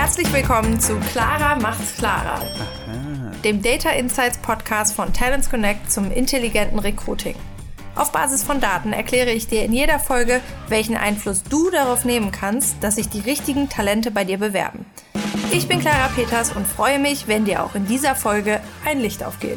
Herzlich willkommen zu Clara macht's klarer, dem Data Insights Podcast von Talents Connect zum intelligenten Recruiting. Auf Basis von Daten erkläre ich dir in jeder Folge, welchen Einfluss du darauf nehmen kannst, dass sich die richtigen Talente bei dir bewerben. Ich bin Clara Peters und freue mich, wenn dir auch in dieser Folge ein Licht aufgeht.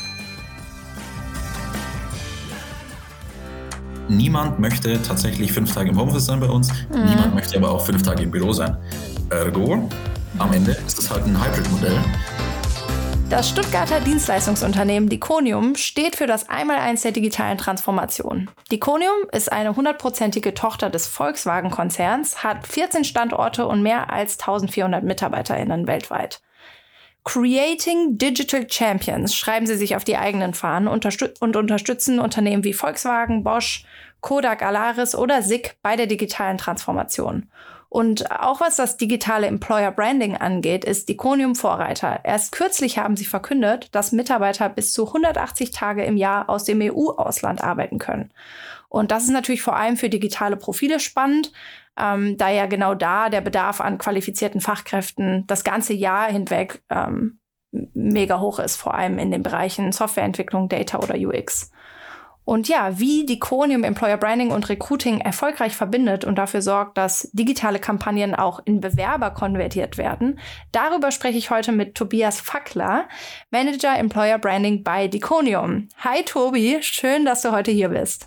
Niemand möchte tatsächlich 5 Tage im Homeoffice sein bei uns. Niemand möchte aber auch 5 Tage im Büro sein. Ergo, am Ende ist es halt ein Hybrid-Modell. Das Stuttgarter Dienstleistungsunternehmen Diconium steht für das Einmaleins der digitalen Transformation. Diconium ist eine 100%ige Tochter des Volkswagen-Konzerns, hat 14 Standorte und mehr als 1400 MitarbeiterInnen weltweit. Creating Digital Champions schreiben sie sich auf die eigenen Fahnen und unterstützen Unternehmen wie Volkswagen, Bosch, Kodak, Alaris oder SICK bei der digitalen Transformation. Und auch was das digitale Employer Branding angeht, ist Diconium Vorreiter. Erst kürzlich haben sie verkündet, dass Mitarbeiter bis zu 180 Tage im Jahr aus dem EU-Ausland arbeiten können. Und das ist natürlich vor allem für digitale Profile spannend, da ja genau da der Bedarf an qualifizierten Fachkräften das ganze Jahr hinweg mega hoch ist, vor allem in den Bereichen Softwareentwicklung, Data oder UX. Und ja, wie Diconium Employer Branding und Recruiting erfolgreich verbindet und dafür sorgt, dass digitale Kampagnen auch in Bewerber konvertiert werden, darüber spreche ich heute mit Tobias Fackler, Manager Employer Branding bei Diconium. Hi Tobi, schön, dass du heute hier bist.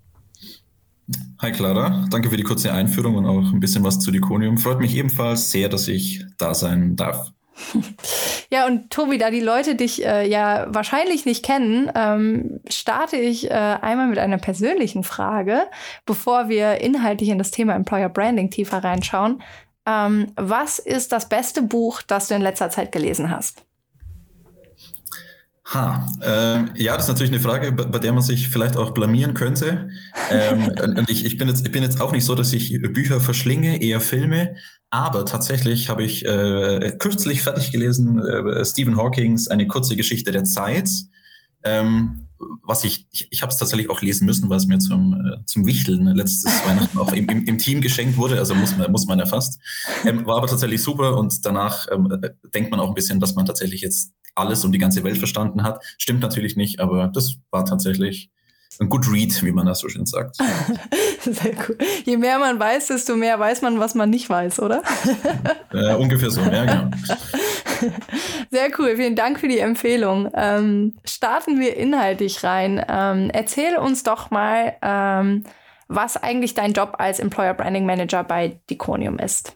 Hi Clara, danke für die kurze Einführung und auch ein bisschen was zu Diconium. Freut mich ebenfalls sehr, dass ich da sein darf. Ja, und Tobi, da die Leute dich ja wahrscheinlich nicht kennen, starte ich einmal mit einer persönlichen Frage, bevor wir inhaltlich in das Thema Employer Branding tiefer reinschauen. Was ist das beste Buch, das du in letzter Zeit gelesen hast? Ja, das ist natürlich eine Frage, bei der man sich vielleicht auch blamieren könnte. Und ich bin jetzt auch nicht so, dass ich Bücher verschlinge, eher Filme. Aber tatsächlich habe ich kürzlich fertig gelesen Stephen Hawkings Eine kurze Geschichte der Zeit. Was ich habe es tatsächlich auch lesen müssen, weil es mir zum Wichteln letztes Weihnachten auch im Team geschenkt wurde. Also muss man ja fast. War aber tatsächlich super und danach denkt man auch ein bisschen, dass man tatsächlich jetzt alles und die ganze Welt verstanden hat. Stimmt natürlich nicht, aber das war tatsächlich ein good read, wie man das so schön sagt. Sehr cool. Je mehr man weiß, desto mehr weiß man, was man nicht weiß, oder? Ungefähr so, ja, genau. Sehr cool, vielen Dank für die Empfehlung. Starten wir inhaltlich rein. Erzähl uns doch mal, was eigentlich dein Job als Employer Branding Manager bei Diconium ist.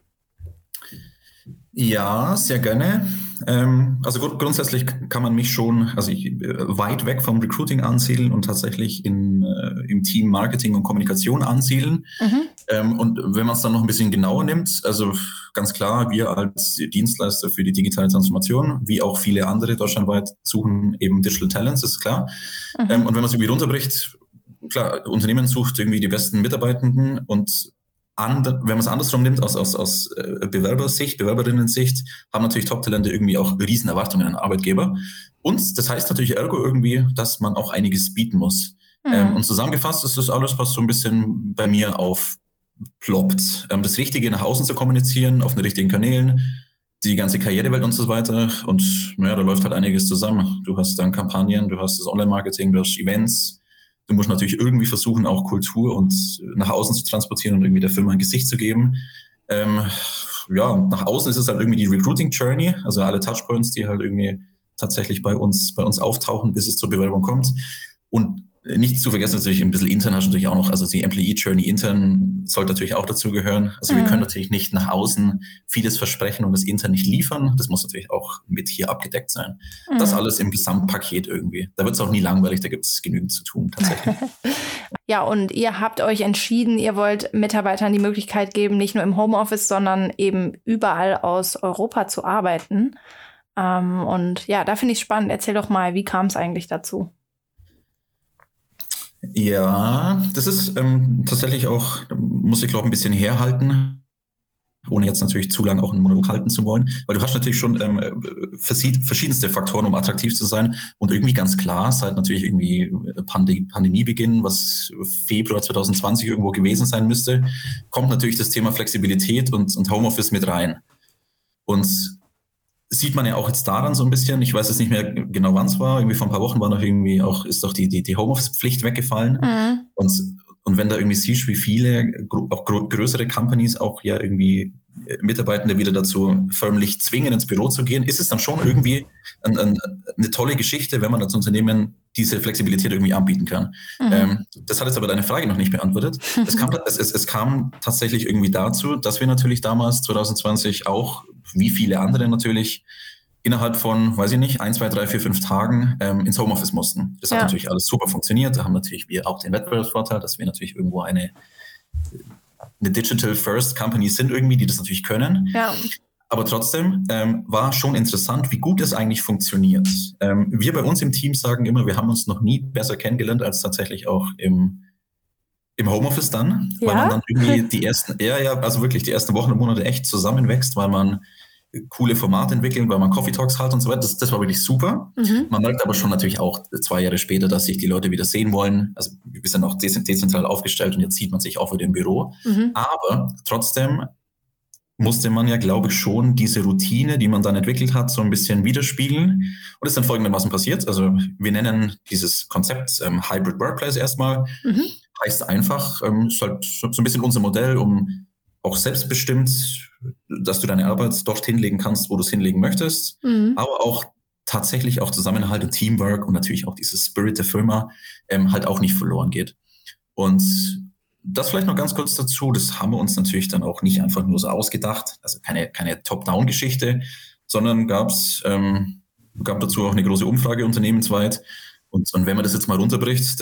Ja, sehr gerne. Also grundsätzlich kann man mich schon weit weg vom Recruiting ansiedeln und tatsächlich im Team Marketing und Kommunikation ansiedeln. Und wenn man es dann noch ein bisschen genauer nimmt, also ganz klar, wir als Dienstleister für die digitale Transformation, wie auch viele andere deutschlandweit, suchen eben Digital Talents, ist klar. Und wenn man es irgendwie runterbricht, klar, Unternehmen sucht irgendwie die besten Mitarbeitenden und wenn man es andersrum nimmt, aus Bewerbersicht, Bewerberinnen-Sicht, haben natürlich Top-Talente irgendwie auch riesen Erwartungen an Arbeitgeber. Und das heißt natürlich ergo irgendwie, dass man auch einiges bieten muss. Und zusammengefasst ist das alles, was so ein bisschen bei mir aufploppt. Das Richtige nach außen zu kommunizieren, auf den richtigen Kanälen, die ganze Karrierewelt und so weiter. Und naja, da läuft halt einiges zusammen. Du hast dann Kampagnen, du hast das Online-Marketing, du hast Events. Du musst natürlich irgendwie versuchen, auch Kultur und nach außen zu transportieren und irgendwie der Firma ein Gesicht zu geben. Und nach außen ist es halt irgendwie die Recruiting-Journey, also alle Touchpoints, die halt irgendwie tatsächlich bei uns auftauchen, bis es zur Bewerbung kommt. Und nicht zu vergessen natürlich ein bisschen intern hast du natürlich auch noch, also die Employee Journey intern sollte natürlich auch dazu gehören. Also wir können natürlich nicht nach außen vieles versprechen und das intern nicht liefern. Das muss natürlich auch mit hier abgedeckt sein. Das alles im Gesamtpaket irgendwie. Da wird es auch nie langweilig, da gibt es genügend zu tun tatsächlich. Ja, und ihr habt euch entschieden, ihr wollt Mitarbeitern die Möglichkeit geben, nicht nur im Homeoffice, sondern eben überall aus Europa zu arbeiten. Und ja, da finde ich es spannend. Erzähl doch mal, wie kam es eigentlich dazu? Ja, das ist tatsächlich auch, muss ich glaube ein bisschen herhalten, ohne jetzt natürlich zu lange auch einen Monolog halten zu wollen, weil du hast natürlich schon verschiedenste Faktoren, um attraktiv zu sein und irgendwie ganz klar, seit natürlich irgendwie Pandemiebeginn, was Februar 2020 irgendwo gewesen sein müsste, kommt natürlich das Thema Flexibilität und Homeoffice mit rein. Und sieht man ja auch jetzt daran so ein bisschen, ich weiß jetzt nicht mehr genau, wann es war, irgendwie vor ein paar Wochen war noch irgendwie auch, ist doch die Homeoffice-Pflicht weggefallen. Und wenn da irgendwie siehst, wie viele, auch größere Companies auch ja irgendwie Mitarbeitende wieder dazu förmlich zwingen, ins Büro zu gehen, ist es dann schon irgendwie eine tolle Geschichte, wenn man als Unternehmen diese Flexibilität irgendwie anbieten kann. Das hat jetzt aber deine Frage noch nicht beantwortet. Es kam tatsächlich irgendwie dazu, dass wir natürlich damals 2020 auch, wie viele andere natürlich, innerhalb von, weiß ich nicht, 1, 2, 3, 4, 5 Tagen ins Homeoffice mussten. Das hat natürlich alles super funktioniert. Da haben natürlich wir auch den Wettbewerbsvorteil, dass wir natürlich irgendwo eine Digital-First-Company sind irgendwie, die das natürlich können. Ja. Aber trotzdem war schon interessant, wie gut es eigentlich funktioniert. Wir bei uns im Team sagen immer, wir haben uns noch nie besser kennengelernt als tatsächlich auch im Homeoffice dann, weil man dann irgendwie die ersten Wochen und Monate echt zusammenwächst, weil man coole Formate entwickeln, weil man Coffee Talks hat und so weiter. Das war wirklich super. Man merkt aber schon natürlich auch 2 Jahre später, dass sich die Leute wieder sehen wollen. Also wir sind auch dezentral aufgestellt und jetzt sieht man sich auch wieder im Büro. Aber trotzdem musste man ja, glaube ich, schon diese Routine, die man dann entwickelt hat, so ein bisschen widerspiegeln. Und ist dann folgendermaßen passiert. Also wir nennen dieses Konzept Hybrid Workplace erstmal. Heißt einfach, ist halt so ein bisschen unser Modell, um auch selbstbestimmt, dass du deine Arbeit dort hinlegen kannst, wo du es hinlegen möchtest, aber auch tatsächlich auch Zusammenhalt und Teamwork und natürlich auch dieses Spirit der Firma halt auch nicht verloren geht. Und das vielleicht noch ganz kurz dazu, das haben wir uns natürlich dann auch nicht einfach nur so ausgedacht, also keine Top-Down-Geschichte, sondern gab dazu auch eine große Umfrage unternehmensweit. Und wenn man das jetzt mal runterbricht,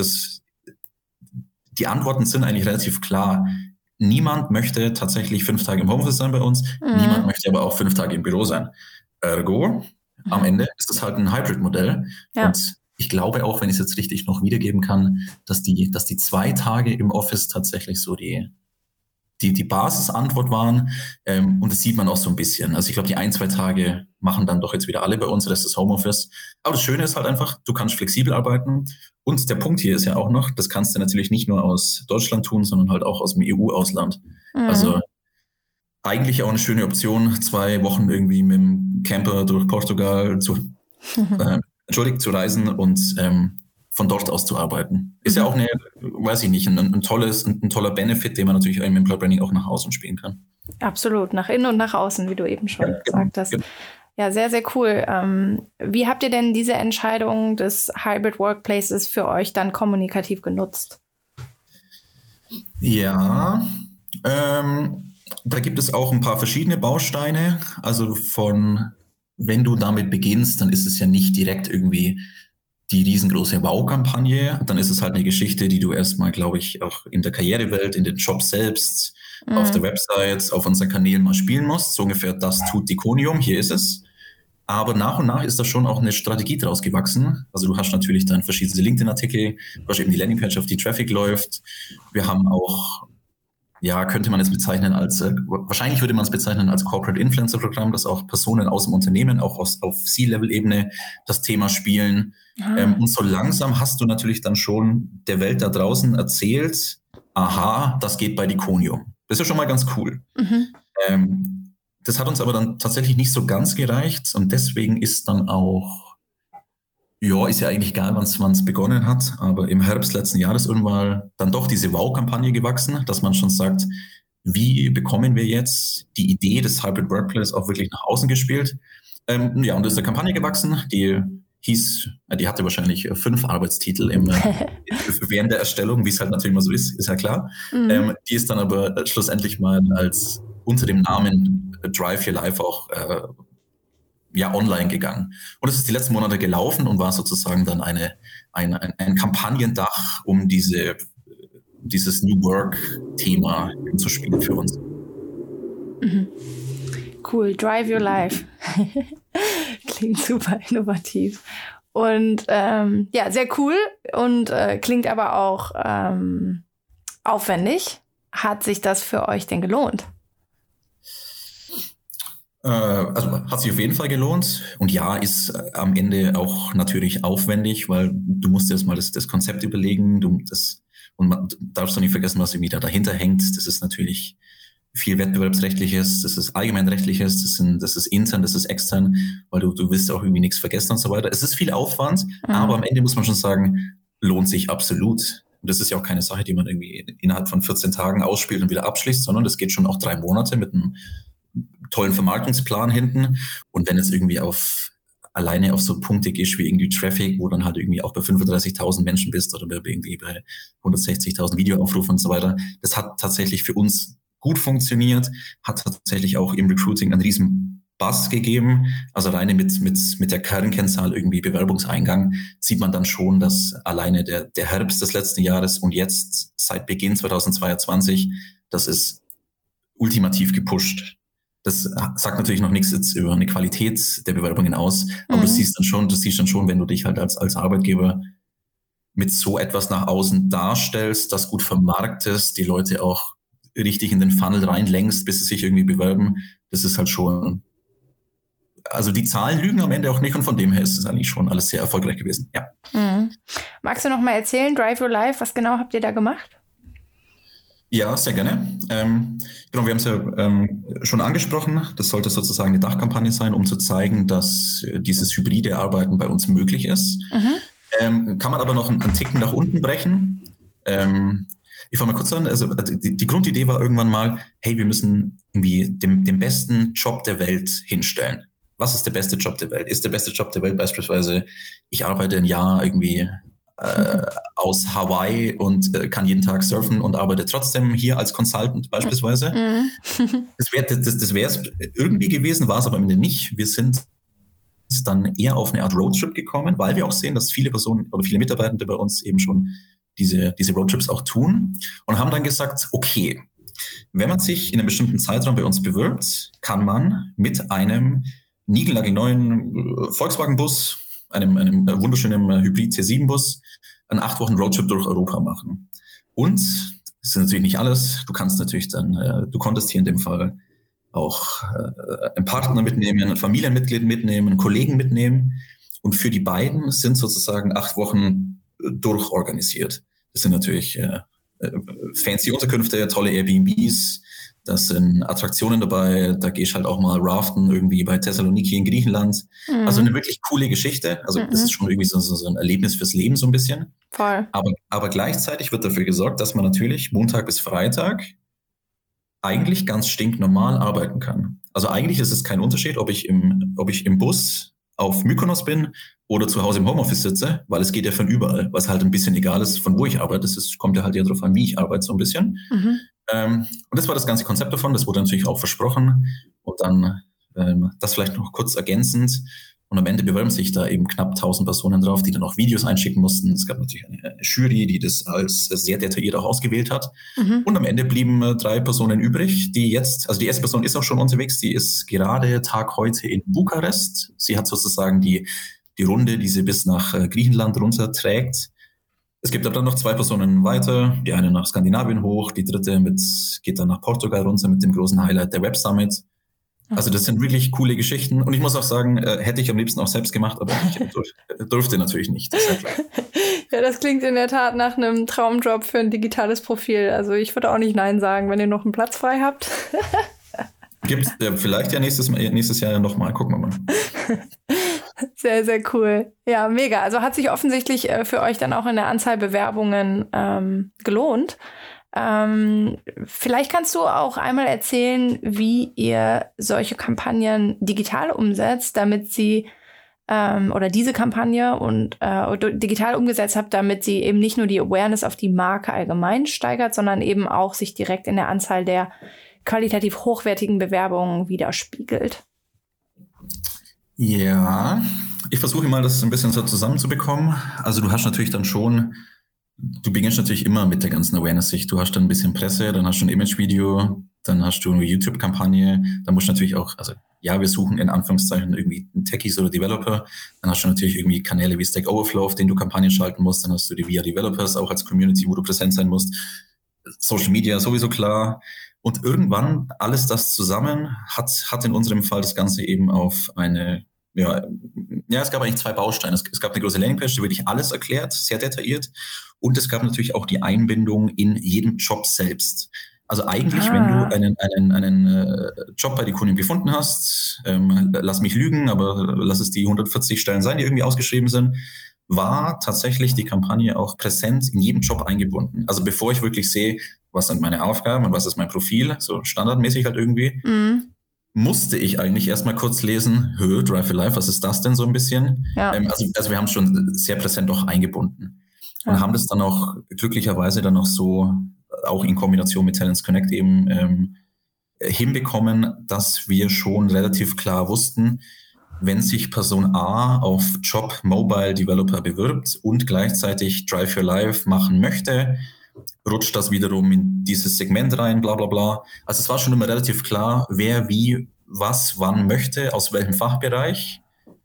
die Antworten sind eigentlich relativ klar. Niemand möchte tatsächlich 5 Tage im Homeoffice sein bei uns. Niemand möchte aber auch 5 Tage im Büro sein. Ergo, am Ende ist es halt ein Hybrid-Modell. Ja. Und ich glaube auch, wenn ich es jetzt richtig noch wiedergeben kann, dass die 2 Tage im Office tatsächlich so die Basisantwort waren. Und das sieht man auch so ein bisschen. Also ich glaube, die 1, 2 Tage machen dann doch jetzt wieder alle bei uns, das ist Homeoffice. Aber das Schöne ist halt einfach, du kannst flexibel arbeiten. Und der Punkt hier ist ja auch noch, das kannst du natürlich nicht nur aus Deutschland tun, sondern halt auch aus dem EU-Ausland. Also eigentlich auch eine schöne Option, 2 Wochen irgendwie mit dem Camper durch Portugal zu reisen und von dort aus zu arbeiten. Ist ja auch ein toller Benefit, den man natürlich im Employer Branding auch nach außen spielen kann. Absolut, nach innen und nach außen, wie du eben schon gesagt hast. Genau. Ja, sehr, sehr cool. Wie habt ihr denn diese Entscheidung des Hybrid Workplaces für euch dann kommunikativ genutzt? Ja, da gibt es auch ein paar verschiedene Bausteine. Also wenn du damit beginnst, dann ist es ja nicht direkt irgendwie die riesengroße Wow-Kampagne. Dann ist es halt eine Geschichte, die du erstmal, glaube ich, auch in der Karrierewelt, in den Job selbst, auf der Website, auf unseren Kanälen mal spielen musst. So ungefähr, das tut Diconium, hier ist es. Aber nach und nach ist da schon auch eine Strategie draus gewachsen. Also du hast natürlich dann verschiedene LinkedIn-Artikel, du hast eben die Landingpage, auf die Traffic läuft. Wir haben auch, könnte man jetzt bezeichnen wahrscheinlich würde man es bezeichnen als Corporate Influencer-Programm, dass auch Personen aus dem Unternehmen, auch auf C-Level-Ebene das Thema spielen. Und so langsam hast du natürlich dann schon der Welt da draußen erzählt, aha, das geht bei Diconium. Das ist ja schon mal ganz cool. Das hat uns aber dann tatsächlich nicht so ganz gereicht und deswegen ist dann auch, ist ja eigentlich egal, wann es begonnen hat, aber im Herbst letzten Jahres irgendwann dann doch diese Wow-Kampagne gewachsen, dass man schon sagt, wie bekommen wir jetzt die Idee des Hybrid Workplace auch wirklich nach außen gespielt? Und da ist eine Kampagne gewachsen, die hatte wahrscheinlich 5 Arbeitstitel während der Erstellung, wie es halt natürlich mal so ist ja klar. Die ist dann aber schlussendlich mal als unter dem Namen Drive Your Life auch online gegangen. Und es ist die letzten Monate gelaufen und war sozusagen dann ein Kampagnendach, um dieses New Work-Thema zu spielen für uns. Cool, Drive Your Life. Klingt super innovativ. Und sehr cool und klingt aber auch aufwendig. Hat sich das für euch denn gelohnt? Also hat sich auf jeden Fall gelohnt und ist am Ende auch natürlich aufwendig, weil du musst dir erstmal das Konzept überlegen, und man darfst du nicht vergessen, was irgendwie dahinter hängt. Das ist natürlich viel Wettbewerbsrechtliches, das ist Allgemeinrechtliches, das ist intern, das ist extern, weil du willst auch irgendwie nichts vergessen und so weiter. Es ist viel Aufwand, aber am Ende muss man schon sagen, lohnt sich absolut. Und das ist ja auch keine Sache, die man irgendwie innerhalb von 14 Tagen ausspielt und wieder abschließt, sondern das geht schon auch 3 Monate mit einem tollen Vermarktungsplan hinten. Und wenn jetzt irgendwie alleine auf so Punkte gehst wie irgendwie Traffic, wo dann halt irgendwie auch bei 35.000 Menschen bist oder irgendwie bei 160.000 Videoaufrufen und so weiter, das hat tatsächlich für uns gut funktioniert, hat tatsächlich auch im Recruiting einen riesen Buzz gegeben. Also alleine mit der Kernkennzahl irgendwie Bewerbungseingang sieht man dann schon, dass alleine der Herbst des letzten Jahres und jetzt seit Beginn 2022, das ist ultimativ gepusht. Das sagt natürlich noch nichts jetzt über eine Qualität der Bewerbungen aus, aber du siehst dann schon, wenn du dich halt als Arbeitgeber mit so etwas nach außen darstellst, das gut vermarktest, die Leute auch richtig in den Funnel reinlängst, bis sie sich irgendwie bewerben, das ist halt schon, also die Zahlen lügen am Ende auch nicht und von dem her ist es eigentlich schon alles sehr erfolgreich gewesen, ja. Magst du noch mal erzählen, Drive Your Life, was genau habt ihr da gemacht? Ja, sehr gerne. Genau, wir haben es ja schon angesprochen. Das sollte sozusagen eine Dachkampagne sein, um zu zeigen, dass dieses hybride Arbeiten bei uns möglich ist. Kann man aber noch einen Ticken nach unten brechen. Ich fange mal kurz an. Also die Grundidee war irgendwann mal, hey, wir müssen irgendwie den besten Job der Welt hinstellen. Was ist der beste Job der Welt? Ist der beste Job der Welt beispielsweise, ich arbeite ein Jahr irgendwie aus Hawaii und kann jeden Tag surfen und arbeite trotzdem hier als Consultant beispielsweise. Das wäre es irgendwie gewesen, war es aber am Ende nicht. Wir sind dann eher auf eine Art Roadtrip gekommen, weil wir auch sehen, dass viele Personen oder viele Mitarbeitende bei uns eben schon diese Roadtrips auch tun und haben dann gesagt, okay, wenn man sich in einem bestimmten Zeitraum bei uns bewirbt, kann man mit einem niegelnagelneuen Volkswagen-Bus, einem wunderschönen Hybrid T7-Bus, einen 8 Wochen Roadtrip durch Europa machen. Und das ist natürlich nicht alles. Du kannst natürlich dann, du konntest hier in dem Fall auch einen Partner mitnehmen, ein Familienmitglied mitnehmen, einen Kollegen mitnehmen. Und für die beiden sind sozusagen 8 Wochen durchorganisiert. Das sind natürlich fancy Unterkünfte, tolle Airbnbs, das sind Attraktionen dabei, da gehst halt auch mal raften irgendwie bei Thessaloniki in Griechenland. Also eine wirklich coole Geschichte. Also das ist schon irgendwie so ein Erlebnis fürs Leben so ein bisschen. Voll. Aber gleichzeitig wird dafür gesorgt, dass man natürlich Montag bis Freitag eigentlich ganz stinknormal arbeiten kann. Also eigentlich ist es kein Unterschied, ob ich im Bus auf Mykonos bin oder zu Hause im Homeoffice sitze, weil es geht ja von überall, was halt ein bisschen egal ist, von wo ich arbeite. Kommt ja halt eher darauf an, wie ich arbeite so ein bisschen. Und das war das ganze Konzept davon, das wurde natürlich auch versprochen. Und dann das vielleicht noch kurz ergänzend. Und am Ende bewerben sich da eben knapp 1000 Personen drauf, die dann auch Videos einschicken mussten. Es gab natürlich eine Jury, die das als sehr detailliert auch ausgewählt hat. Und am Ende blieben 3 Personen übrig, die jetzt, also die erste Person ist auch schon unterwegs, die ist gerade Tag heute in Bukarest. Sie hat sozusagen die Runde, die sie bis nach Griechenland runterträgt. Es gibt aber dann noch 2 Personen weiter, die eine nach Skandinavien hoch, die dritte geht dann nach Portugal runter mit dem großen Highlight der Web Summit. Also das sind wirklich coole Geschichten. Und ich muss auch sagen, hätte ich am liebsten auch selbst gemacht, aber ich durfte natürlich nicht. Das ist ja klar. Ja, das klingt in der Tat nach einem Traumjob für ein digitales Profil. Also ich würde auch nicht Nein sagen, wenn ihr noch einen Platz frei habt. Gibt es vielleicht ja nächstes Jahr nochmal. Gucken wir mal. Sehr, sehr cool. Ja, mega. Also hat sich offensichtlich für euch dann auch in der Anzahl Bewerbungen gelohnt. Vielleicht kannst du auch einmal erzählen, wie ihr solche Kampagnen digital umsetzt, damit sie oder diese Kampagne und digital umgesetzt habt, damit sie eben nicht nur die Awareness auf die Marke allgemein steigert, sondern eben auch sich direkt in der Anzahl der qualitativ hochwertigen Bewerbungen widerspiegelt. Ja, ich versuche mal, das ein bisschen so zusammenzubekommen. Also du hast natürlich dann schon, du beginnst natürlich immer mit der ganzen Awareness-Sicht. Du hast dann ein bisschen Presse, dann hast du ein Image-Video, dann hast du eine YouTube-Kampagne, dann musst du natürlich auch, also ja, wir suchen in Anführungszeichen irgendwie Techies oder Developer, dann hast du natürlich irgendwie Kanäle wie Stack Overflow, auf denen du Kampagnen schalten musst, dann hast du die VIA Developers auch als Community, wo du präsent sein musst, Social Media sowieso klar. Und irgendwann alles das zusammen hat in unserem Fall das Ganze eben auf eine, es gab eigentlich 2 Bausteine. Es gab eine große Landingpage, die wirklich alles erklärt, sehr detailliert. Und es gab natürlich auch die Einbindung in jedem Job selbst. Also eigentlich, wenn du einen Job bei Econium gefunden hast, lass mich lügen, aber lass es die 140 Stellen sein, die irgendwie ausgeschrieben sind, war tatsächlich die Kampagne auch präsent in jedem Job eingebunden. Also bevor ich wirklich sehe, was sind meine Aufgaben und was ist mein Profil, so standardmäßig halt irgendwie, musste ich eigentlich erstmal kurz lesen, Drive for Life, was ist das denn so ein bisschen? Ja. Also wir haben es schon sehr präsent auch eingebunden und haben das dann auch glücklicherweise dann auch so, auch in Kombination mit Talents Connect eben hinbekommen, dass wir schon relativ klar wussten, wenn sich Person A auf Job Mobile Developer bewirbt und gleichzeitig Drive for Life machen möchte, rutscht das wiederum in dieses Segment rein, bla bla bla. Also es war schon immer relativ klar, wer wie, was, wann möchte, aus welchem Fachbereich.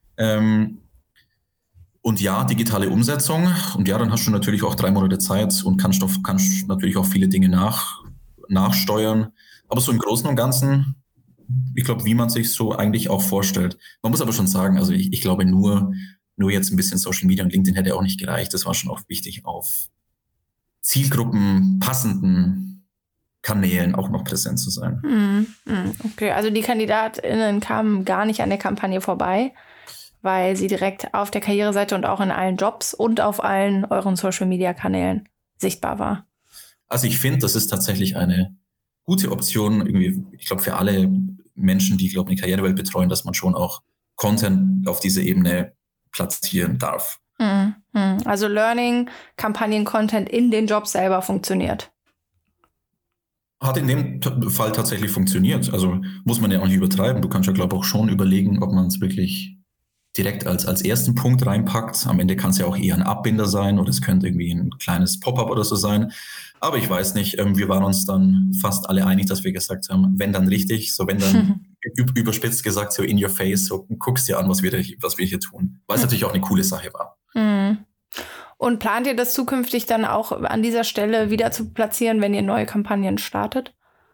Und ja, digitale Umsetzung. Und ja, dann hast du natürlich auch 3 Monate Zeit und kannst natürlich auch viele Dinge nachsteuern. Aber so im Großen und Ganzen, ich glaube, wie man sich so eigentlich auch vorstellt. Man muss aber schon sagen, also ich glaube, nur jetzt ein bisschen Social Media und LinkedIn hätte auch nicht gereicht. Das war schon auch wichtig, auf Zielgruppen passenden Kanälen auch noch präsent zu sein. Okay, also die KandidatInnen kamen gar nicht an der Kampagne vorbei, weil sie direkt auf der Karriereseite und auch in allen Jobs und auf allen euren Social-Media-Kanälen sichtbar war. Also ich finde, das ist tatsächlich eine gute Option, irgendwie, ich glaube, für alle Menschen, die, glaube ich, eine Karrierewelt betreuen, dass man schon auch Content auf diese Ebene platzieren darf. Also Learning, Kampagnen-Content in den Jobs selber funktioniert. Hat in dem Fall tatsächlich funktioniert. Also muss man ja auch nicht übertreiben. Du kannst ja, glaube ich, auch schon überlegen, ob man es wirklich direkt als ersten Punkt reinpackt. Am Ende kann es ja auch eher ein Abbinder sein oder es könnte irgendwie ein kleines Pop-up oder so sein. Aber ich weiß nicht, wir waren uns dann fast alle einig, dass wir gesagt haben, wenn dann richtig, so wenn dann überspitzt gesagt, so in your face, so guckst dir an, was wir hier tun. Weil es natürlich auch eine coole Sache war. Und plant ihr das zukünftig dann auch an dieser Stelle wieder zu platzieren, wenn ihr neue Kampagnen startet?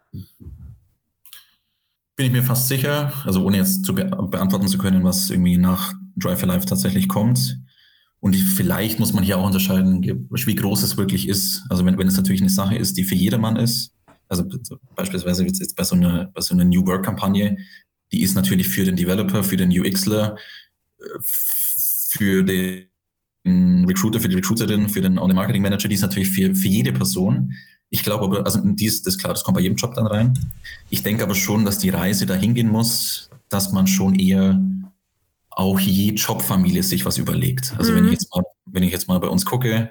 Bin ich mir fast sicher, also ohne jetzt beantworten zu können, was irgendwie nach Drive for Life tatsächlich kommt. Und vielleicht muss man hier auch unterscheiden, wie groß es wirklich ist. Also wenn es natürlich eine Sache ist, die für jedermann ist, also beispielsweise jetzt bei so einer New Work-Kampagne, die ist natürlich für den Developer, für den UXler, für den Recruiter, für die Recruiterin, für den On-the-Marketing-Manager, die ist natürlich für jede Person. Ich glaube aber, also das ist klar, das kommt bei jedem Job dann rein. Ich denke aber schon, dass die Reise dahin gehen muss, dass man schon eher auch je Jobfamilie sich was überlegt. Also wenn ich jetzt mal bei uns gucke,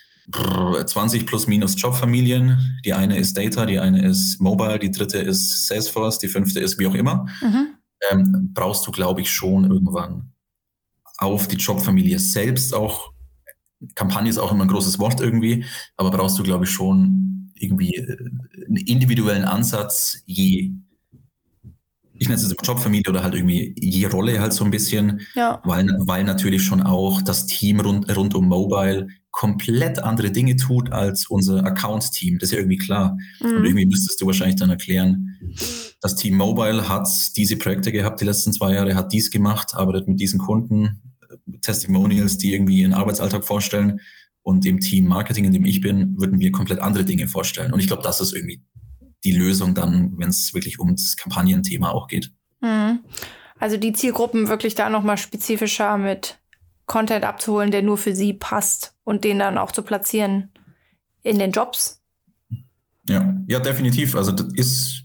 20 plus minus Jobfamilien, die eine ist Data, die eine ist Mobile, die dritte ist Salesforce, die 5. ist wie auch immer, brauchst du, glaube ich, schon irgendwann auf die Jobfamilie selbst auch, Kampagne ist auch immer ein großes Wort irgendwie, aber brauchst du, glaube ich, schon irgendwie einen individuellen Ansatz, ich nenne es jetzt Jobfamilie oder halt irgendwie je Rolle halt so ein bisschen, weil natürlich schon auch das Team rund um Mobile komplett andere Dinge tut als unser Account-Team. Das ist ja irgendwie klar. Und irgendwie müsstest du wahrscheinlich dann erklären, das Team Mobile hat diese Projekte gehabt die letzten 2 Jahre, hat dies gemacht, arbeitet mit diesen Kunden, Testimonials, die irgendwie ihren Arbeitsalltag vorstellen. Und dem Team Marketing, in dem ich bin, würden wir komplett andere Dinge vorstellen. Und ich glaube, das ist irgendwie die Lösung dann, wenn es wirklich um das Kampagnenthema auch geht. Also die Zielgruppen wirklich da nochmal spezifischer mit Content abzuholen, der nur für sie passt und den dann auch zu platzieren in den Jobs. Ja, definitiv. Also das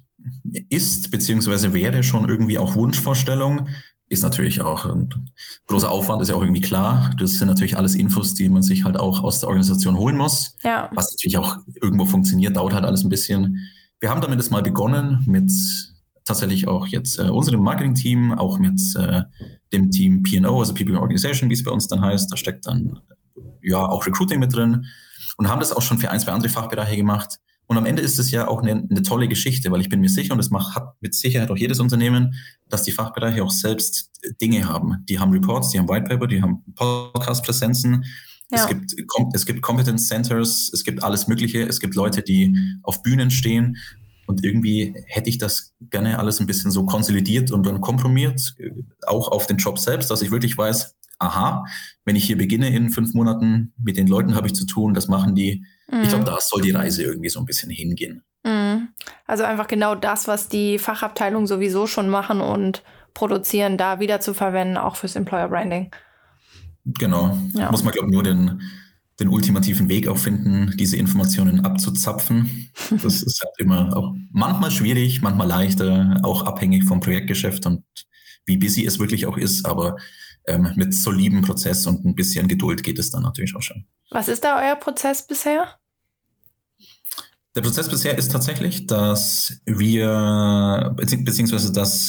ist beziehungsweise wäre schon irgendwie auch Wunschvorstellung. Ist natürlich auch ein großer Aufwand, ist ja auch irgendwie klar. Das sind natürlich alles Infos, die man sich halt auch aus der Organisation holen muss. Ja. Was natürlich auch irgendwo funktioniert, dauert halt alles ein bisschen. Wir haben damit jetzt mal begonnen mit tatsächlich auch jetzt unserem Marketing-Team, auch mit dem Team P&O, also People and Organization, wie es bei uns dann heißt. Da steckt dann auch Recruiting mit drin und haben das auch schon für 1, 2 andere Fachbereiche gemacht. Und am Ende ist es ja auch eine tolle Geschichte, weil ich bin mir sicher, und das hat mit Sicherheit auch jedes Unternehmen, dass die Fachbereiche auch selbst Dinge haben. Die haben Reports, die haben Whitepaper, die haben Podcast-Präsenzen. Ja. Es gibt Competence Centers, es gibt alles Mögliche. Es gibt Leute, die auf Bühnen stehen. Und irgendwie hätte ich das gerne alles ein bisschen so konsolidiert und dann komprimiert, auch auf den Job selbst, dass ich wirklich weiß, aha, wenn ich hier beginne in 5 Monaten, mit den Leuten habe ich zu tun, das machen die. Ich glaube, da soll die Reise irgendwie so ein bisschen hingehen. Also einfach genau das, was die Fachabteilungen sowieso schon machen und produzieren, da wieder zu verwenden, auch fürs Employer Branding. Genau. Ja. Muss man, glaube ich, nur den ultimativen Weg auch finden, diese Informationen abzuzapfen. Das ist halt immer auch manchmal schwierig, manchmal leichter, auch abhängig vom Projektgeschäft und wie busy es wirklich auch ist. Aber mit solidem Prozess und ein bisschen Geduld geht es dann natürlich auch schon. Was ist da euer Prozess bisher? Der Prozess bisher ist tatsächlich, dass wir, beziehungsweise dass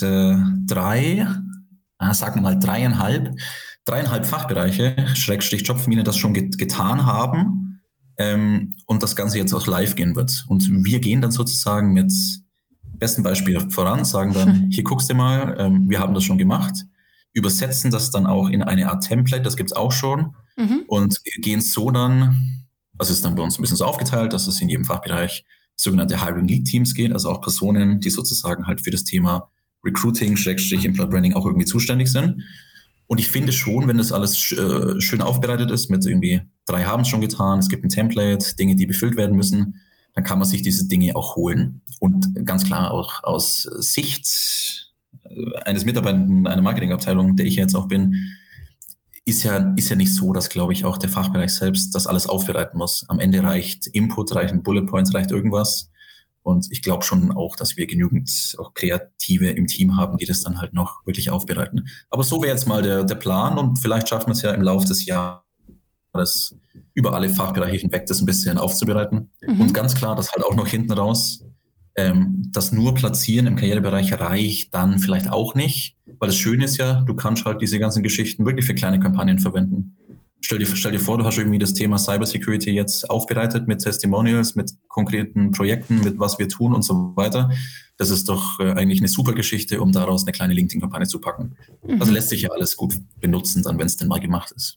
dreieinhalb Fachbereiche, Schrägstrich Jobfamilien, das schon getan haben und das Ganze jetzt auch live gehen wird. Und wir gehen dann sozusagen mit besten Beispiel voran, sagen dann, hier guckst du mal, wir haben das schon gemacht, übersetzen das dann auch in eine Art Template, das gibt's auch schon und gehen so dann, also ist dann bei uns ein bisschen so aufgeteilt, dass es in jedem Fachbereich sogenannte Hiring Lead Teams geht, also auch Personen, die sozusagen halt für das Thema Recruiting, Employer Branding auch irgendwie zuständig sind. Und ich finde schon, wenn das alles schön aufbereitet ist, mit irgendwie 3 haben es schon getan, es gibt ein Template, Dinge, die befüllt werden müssen, dann kann man sich diese Dinge auch holen. Und ganz klar auch aus Sicht eines Mitarbeitenden einer Marketingabteilung, der ich jetzt auch bin, ist ja nicht so, dass, glaube ich, auch der Fachbereich selbst das alles aufbereiten muss. Am Ende reicht Input, reichen Bullet Points, reicht irgendwas. Und ich glaube schon auch, dass wir genügend auch Kreative im Team haben, die das dann halt noch wirklich aufbereiten. Aber so wäre jetzt mal der Plan und vielleicht schaffen wir es ja im Laufe des Jahres über alle Fachbereiche hinweg das ein bisschen aufzubereiten. Und ganz klar, das halt auch noch hinten raus, das nur Platzieren im Karrierebereich reicht dann vielleicht auch nicht, weil das Schöne ist ja, du kannst halt diese ganzen Geschichten wirklich für kleine Kampagnen verwenden. Stell dir vor, du hast irgendwie das Thema Cybersecurity jetzt aufbereitet mit Testimonials, mit konkreten Projekten, mit was wir tun und so weiter. Das ist doch eigentlich eine super Geschichte, um daraus eine kleine LinkedIn-Kampagne zu packen. Also lässt sich ja alles gut benutzen, dann, wenn es denn mal gemacht ist.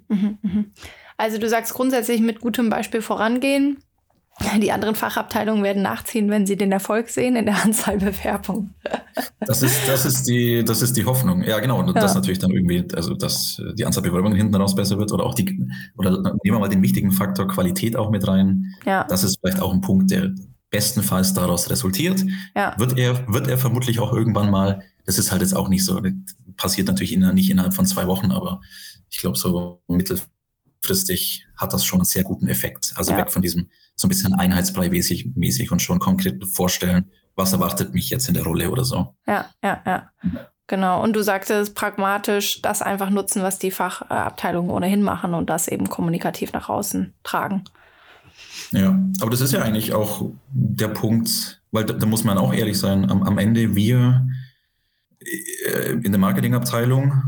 Also du sagst grundsätzlich mit gutem Beispiel vorangehen. Die anderen Fachabteilungen werden nachziehen, wenn sie den Erfolg sehen in der Anzahlbewerbung. Das ist die Hoffnung. Ja, genau. Und das natürlich dann irgendwie, also dass die Anzahl Bewerbungen hinten raus besser wird oder auch nehmen wir mal den wichtigen Faktor Qualität auch mit rein. Ja. Das ist vielleicht auch ein Punkt, der bestenfalls daraus resultiert. Ja. Wird er vermutlich auch irgendwann mal. Das ist halt jetzt auch nicht so. Das passiert natürlich nicht innerhalb von 2 Wochen, aber ich glaube, so mittelfristig hat das schon einen sehr guten Effekt. Also weg von diesem so ein bisschen einheitsbrei-mäßig und schon konkret vorstellen, was erwartet mich jetzt in der Rolle oder so. Ja. Genau. Und du sagtest pragmatisch, das einfach nutzen, was die Fachabteilungen ohnehin machen und das eben kommunikativ nach außen tragen. Ja, aber das ist ja eigentlich auch der Punkt, weil da muss man auch ehrlich sein, am Ende wir in der Marketingabteilung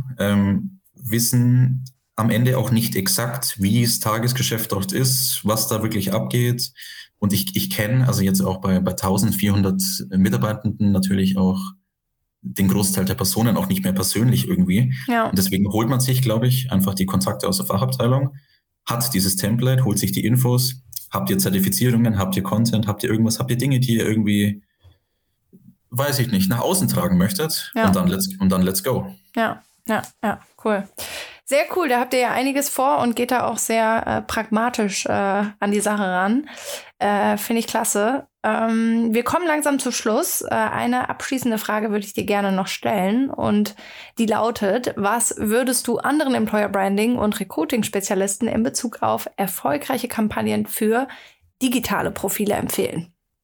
wissen am Ende auch nicht exakt, wie das Tagesgeschäft dort ist, was da wirklich abgeht. Und ich kenne also jetzt auch bei 1400 Mitarbeitenden natürlich auch den Großteil der Personen auch nicht mehr persönlich irgendwie. Ja. Und deswegen holt man sich, glaube ich, einfach die Kontakte aus der Fachabteilung, hat dieses Template, holt sich die Infos. Habt ihr Zertifizierungen, habt ihr Content, habt ihr irgendwas, habt ihr Dinge, die ihr irgendwie, weiß ich nicht, nach außen tragen möchtet? Ja. Und dann let's go. Ja, cool. Sehr cool, da habt ihr ja einiges vor und geht da auch sehr pragmatisch an die Sache ran. Finde ich klasse. Wir kommen langsam zum Schluss. Eine abschließende Frage würde ich dir gerne noch stellen und die lautet, was würdest du anderen Employer Branding und Recruiting-Spezialisten in Bezug auf erfolgreiche Kampagnen für digitale Profile empfehlen?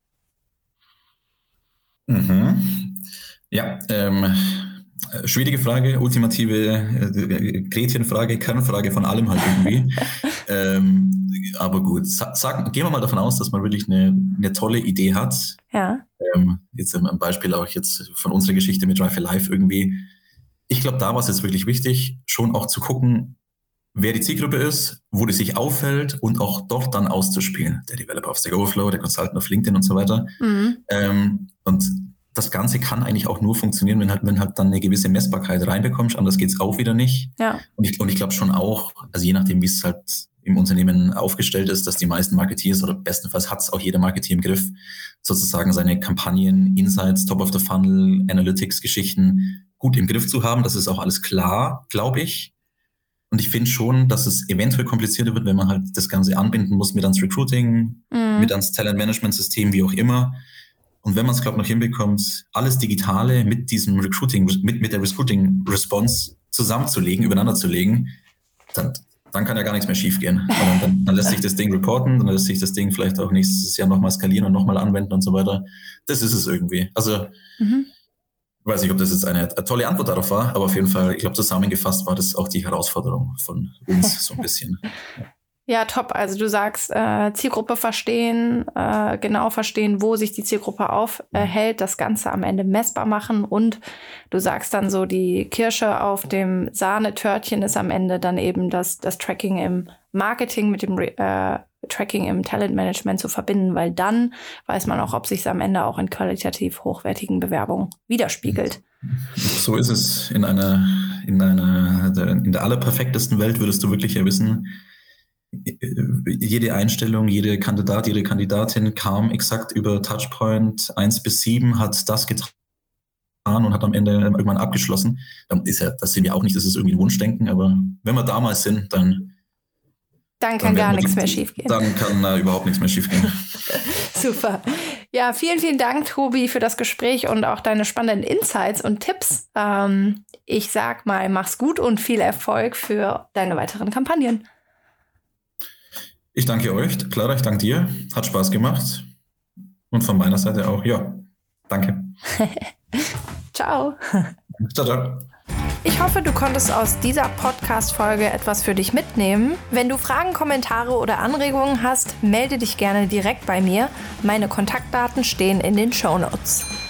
Ja, schwierige Frage, ultimative Gretchenfrage, Kernfrage von allem halt irgendwie. Aber gut, gehen wir mal davon aus, dass man wirklich eine tolle Idee hat. Ja. Jetzt ein Beispiel auch jetzt von unserer Geschichte mit Drive for Life irgendwie. Ich glaube, da war es jetzt wirklich wichtig, schon auch zu gucken, wer die Zielgruppe ist, wo die sich auffällt und auch dort dann auszuspielen. Der Developer auf Stack Overflow, der Consultant auf LinkedIn und so weiter. Und das Ganze kann eigentlich auch nur funktionieren, wenn halt dann eine gewisse Messbarkeit reinbekommst, anders geht's auch wieder nicht. Ja. Und ich glaube schon auch, also je nachdem, wie es halt im Unternehmen aufgestellt ist, dass die meisten Marketeers oder bestenfalls hat es auch jeder Marketeer im Griff, sozusagen seine Kampagnen, Insights, Top of the Funnel, Analytics-Geschichten gut im Griff zu haben. Das ist auch alles klar, glaube ich. Und ich finde schon, dass es eventuell komplizierter wird, wenn man halt das Ganze anbinden muss mit ans Recruiting, mit ans Talent-Management-System, wie auch immer. Und wenn man es, glaube ich, noch hinbekommt, alles Digitale mit diesem Recruiting, mit der Recruiting-Response zusammenzulegen, übereinander zu legen, dann kann ja gar nichts mehr schiefgehen. Dann lässt sich das Ding reporten, dann lässt sich das Ding vielleicht auch nächstes Jahr nochmal skalieren und nochmal anwenden und so weiter. Das ist es irgendwie. Also, ich weiß nicht, ob das jetzt eine tolle Antwort darauf war, aber auf jeden Fall, ich glaube, zusammengefasst war das auch die Herausforderung von uns so ein bisschen. Ja, top. Also du sagst, Zielgruppe verstehen, genau verstehen, wo sich die Zielgruppe aufhält, das Ganze am Ende messbar machen und du sagst dann so, die Kirsche auf dem Sahnetörtchen ist am Ende dann eben das Tracking im Marketing mit dem Tracking im Talentmanagement zu verbinden, weil dann weiß man auch, ob sich es am Ende auch in qualitativ hochwertigen Bewerbungen widerspiegelt. So ist es. In der allerperfektesten Welt würdest du wirklich ja wissen, jede Einstellung, jede Kandidat, jede Kandidatin kam exakt über Touchpoint 1 bis 7, hat das getan und hat am Ende irgendwann abgeschlossen. Das sind wir auch nicht, das ist irgendwie ein Wunschdenken, aber wenn wir damals sind, dann kann gar nichts mehr schiefgehen. Dann kann überhaupt nichts mehr schiefgehen. Super. Ja, vielen, vielen Dank, Tobi, für das Gespräch und auch deine spannenden Insights und Tipps. Ich sag mal, mach's gut und viel Erfolg für deine weiteren Kampagnen. Ich danke euch, Clara, ich danke dir. Hat Spaß gemacht. Und von meiner Seite auch, ja, danke. Ciao. Ciao, ciao. Ich hoffe, du konntest aus dieser Podcast-Folge etwas für dich mitnehmen. Wenn du Fragen, Kommentare oder Anregungen hast, melde dich gerne direkt bei mir. Meine Kontaktdaten stehen in den Shownotes.